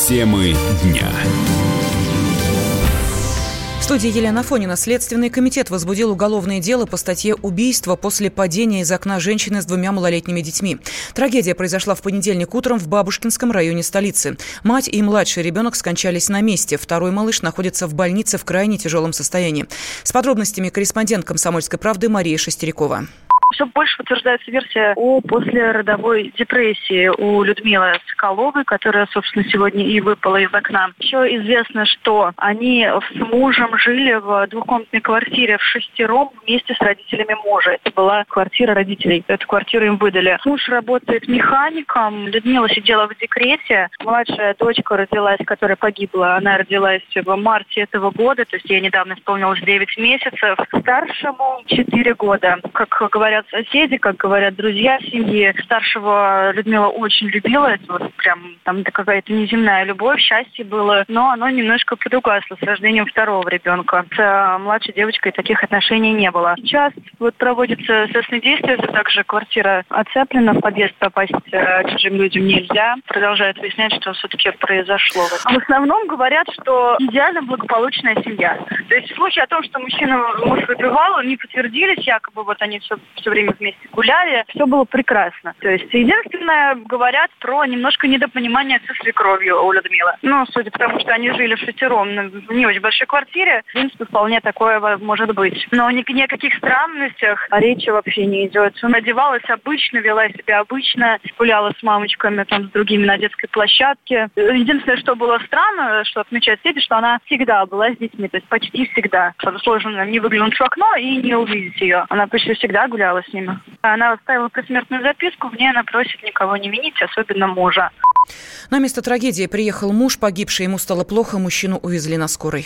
Темы дня. В студии Елена Афонина. Следственный комитет возбудил уголовное дело по статье «Убийство после падения из окна женщины с 2 малолетними детьми». Трагедия произошла в понедельник утром в Бабушкинском районе столицы. Мать и младший ребенок скончались на месте. Второй малыш находится в больнице в крайне тяжелом состоянии. С подробностями корреспондент «Комсомольской правды» Мария Шестерякова. Все больше подтверждается версия о послеродовой депрессии у Людмилы Соколовой, которая, собственно, сегодня и выпала из окна. Еще известно, что они с мужем жили в двухкомнатной квартире вшестером вместе с родителями мужа. Это была квартира родителей. Эту квартиру им выдали. Муж работает механиком. Людмила сидела в декрете. Младшая дочка родилась, которая погибла. Она родилась в марте этого года, то есть ей недавно исполнилось 9 месяцев. Старшему 4 года. Как говорят соседи, как говорят друзья семьи, старшего Людмила очень любила. Это вот прям там какая-то неземная любовь, счастье было. Но оно немножко подугасло с рождением второго ребенка. С младшей девочкой таких отношений не было. Сейчас вот проводится следственные действия. Также квартира оцеплена, в подъезд попасть чужим людям нельзя. Продолжают выяснять, что все-таки произошло. В основном говорят, что идеально благополучная семья. То есть слухи о том, что муж выпивал, не подтвердились. Якобы вот они все время вместе гуляли. Все было прекрасно. То есть единственное, говорят про немножко недопонимание со свекровью у Людмилы. Ну, судя по тому, что они жили вшестером в не очень большой квартире, в принципе, вполне такое может быть. Но ни о каких странностях речи вообще не идет. Она одевалась обычно, вела себя обычно, гуляла с мамочками, там, с другими на детской площадке. Единственное, что было странно, что отмечают соседи, что она всегда была с детьми, то есть почти всегда. Сложно не выглянуть в окно и не увидеть ее. Она почти всегда гуляла с ними. Она оставила предсмертную записку, в ней она просит никого не винить, особенно мужа. На место трагедии приехал муж погибший, ему стало плохо, мужчину увезли на скорой.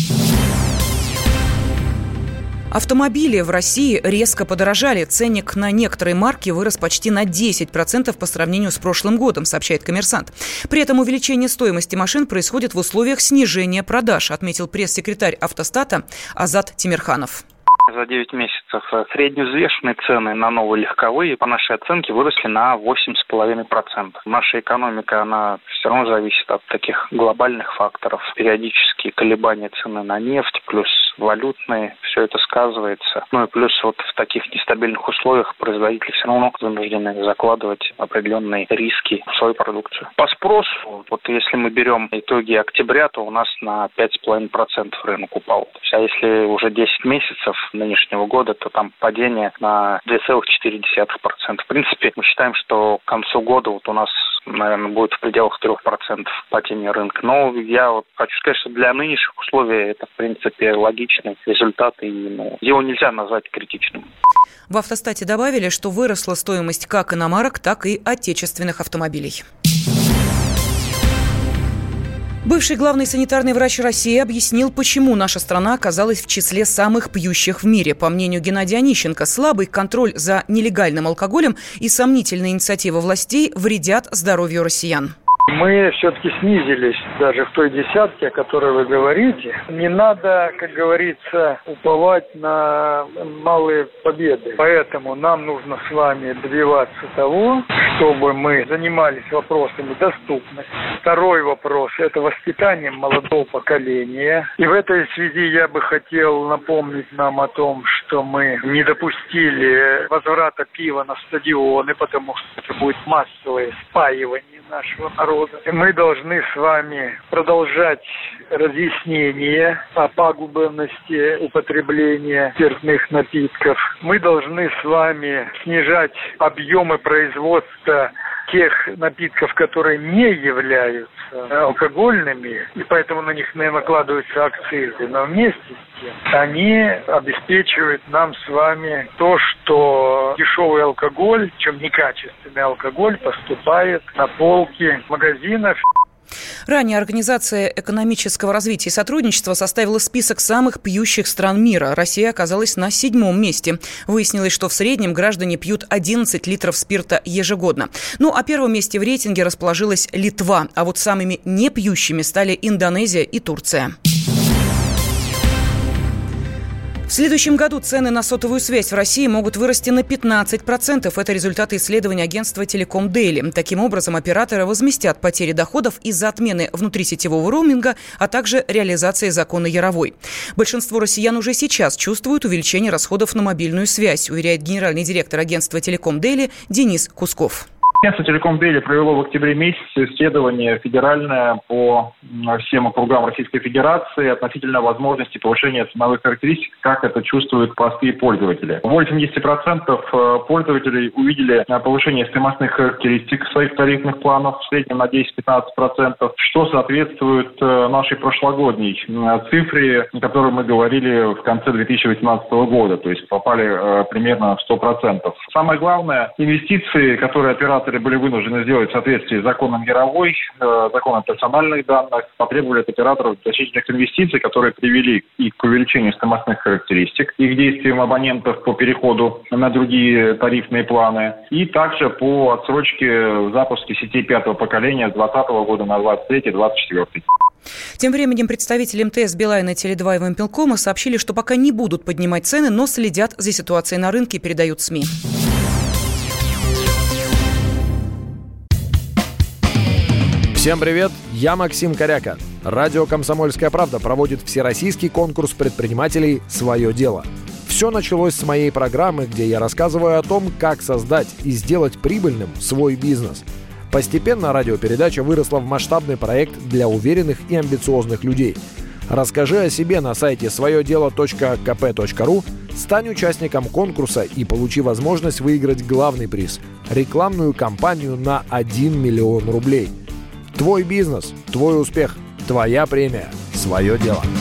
Автомобили в России резко подорожали. Ценник на некоторые марки вырос почти на 10% по сравнению с прошлым годом, сообщает «Коммерсант». При этом увеличение стоимости машин происходит в условиях снижения продаж, отметил пресс-секретарь «Автостата» Азат Тимирханов. За 9 месяцев средневзвешенные цены на новые легковые, по нашей оценке, выросли на 8,5%. Наша экономика, она все равно зависит от таких глобальных факторов. Периодические колебания цены на нефть, плюс валютные, все это сказывается. Ну и плюс вот в таких нестабильных условиях производители все равно вынуждены закладывать определенные риски в свою продукцию. По спросу, вот если мы берем итоги октября, то у нас на 5,5% рынок упал. А если уже 10 месяцев нынешнего года, то там падение на 2,4%. В принципе, мы считаем, что к концу года вот у нас, наверное, будет в пределах 3% падения рынка. Но я вот хочу сказать, что для нынешних условий это, в принципе, логичный результат, и его нельзя назвать критичным. В «Автостате» добавили, что выросла стоимость как иномарок, так и отечественных автомобилей. Бывший главный санитарный врач России объяснил, почему наша страна оказалась в числе самых пьющих в мире. По мнению Геннадия Онищенко, слабый контроль за нелегальным алкоголем и сомнительные инициативы властей вредят здоровью россиян. Мы все-таки снизились даже в той десятке, о которой вы говорите. Не надо, как говорится, уповать на малые победы. Поэтому нам нужно с вами добиваться того, чтобы мы занимались вопросами доступности. Второй вопрос – это воспитанием молодого поколения. И в этой связи я бы хотел напомнить нам о том, что мы не допустили возврата пива на стадионы, потому что это будет массовое спаивание нашего народа. Мы должны с вами продолжать разъяснение о пагубности употребления спиртных напитков. Мы должны с вами снижать объемы производства тех напитков, которые не являются алкогольными, и поэтому на них накладываются акцизы. Но вместе с тем они обеспечивают нам с вами то, что дешевый алкоголь, чем некачественный алкоголь, поступает на полки магазинов. Ранее Организация экономического развития и сотрудничества составила список самых пьющих стран мира. Россия оказалась на 7-м месте. Выяснилось, что в среднем граждане пьют 11 литров спирта ежегодно. Ну, а первом месте в рейтинге расположилась Литва. А вот самыми непьющими стали Индонезия и Турция. В следующем году цены на сотовую связь в России могут вырасти на 15%. Это результаты исследования агентства Telecom Daily. Таким образом, операторы возместят потери доходов из-за отмены внутрисетевого роуминга, а также реализации закона Яровой. Большинство россиян уже сейчас чувствуют увеличение расходов на мобильную связь, уверяет генеральный директор агентства Telecom Daily Денис Кусков. Агентство Telecom Daily провело в октябре месяце исследование федеральное по всем округам Российской Федерации относительно возможности повышения ценовых характеристик, как это чувствуют простые пользователи. 80% пользователей увидели повышение стоимостных характеристик своих тарифных планов в среднем на 10-15%, что соответствует нашей прошлогодней цифре, о которой мы говорили в конце 2018 года, то есть попали примерно в 100%. Самое главное, инвестиции, которые операторы были вынуждены сделать в соответствии с законом Яровой, законом персональных данных, потребовали от операторов значительных инвестиций, которые привели и к увеличению стоимостных характеристик, и к действиям абонентов по переходу на другие тарифные планы, и также по отсрочке запуска сетей пятого поколения с 2020 года на 2023-2024. Тем временем представители МТС, Билайна, Теле2 и Вимпелкома сообщили, что пока не будут поднимать цены, но следят за ситуацией на рынке, передают СМИ. Всем привет, я Максим Коряка. Радио «Комсомольская правда» проводит всероссийский конкурс предпринимателей «Свое дело». Все началось с моей программы, где я рассказываю о том, как создать и сделать прибыльным свой бизнес. Постепенно радиопередача выросла в масштабный проект для уверенных и амбициозных людей. Расскажи о себе на сайте своедело.kp.ru, стань участником конкурса и получи возможность выиграть главный приз – рекламную кампанию на 1 миллион рублей. Твой бизнес, твой успех, твоя премия, свое дело.